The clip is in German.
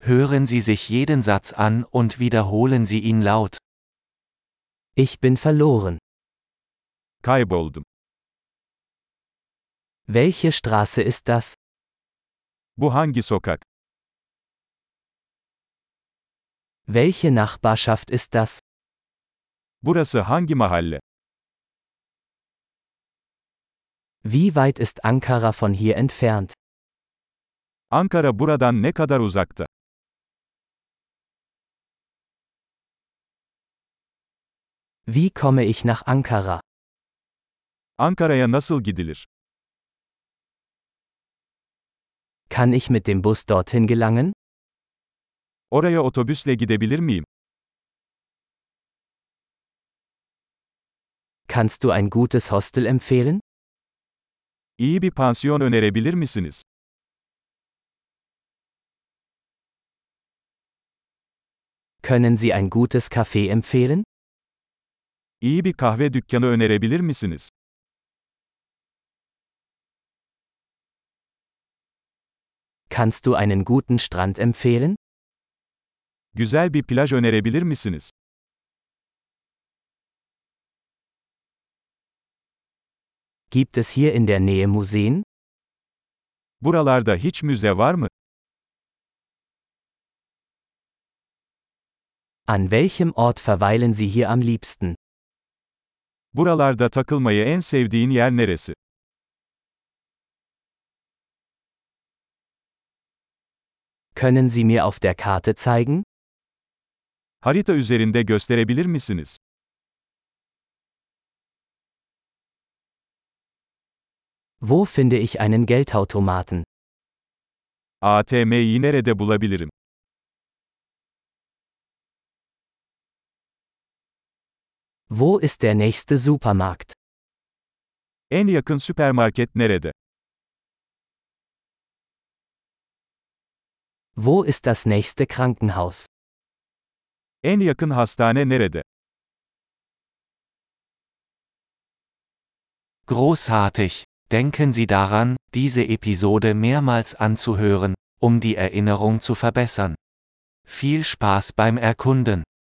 Hören Sie sich jeden Satz an und wiederholen Sie ihn laut. Ich bin verloren. Kayboldum. Welche Straße ist das? Bu hangi sokak? Welche Nachbarschaft ist das? Burası hangi mahalle? Wie weit ist Ankara von hier entfernt? Ankara buradan ne kadar uzakta? Wie komme ich nach Ankara? Ankara'ya nasıl gidilir? Kann ich mit dem Bus dorthin gelangen? Oraya otobüsle gidebilir miyim? Kannst du ein gutes Hostel empfehlen? İyi bir pansiyon önerebilir misiniz? Können Sie ein gutes Café empfehlen? İyi bir kahve dükkanı önerebilir misiniz? Kannst du einen guten Strand empfehlen? Güzel bir plaj önerebilir misiniz? Gibt es hier in der Nähe Museen? Buralarda hiç müze var mı? An welchem Ort verweilen Sie hier am liebsten? Buralarda takılmayı en sevdiğin yer neresi? Können Sie mir auf der Karte zeigen? Harita üzerinde gösterebilir misiniz? Wo finde ich einen Geldautomaten? ATM'yi nerede bulabilirim? Wo ist der nächste Supermarkt? En yakın süpermarket nerede? Wo ist das nächste Krankenhaus? En yakın hastane nerede? Großartig! Denken Sie daran, diese Episode mehrmals anzuhören, um die Erinnerung zu verbessern. Viel Spaß beim Erkunden!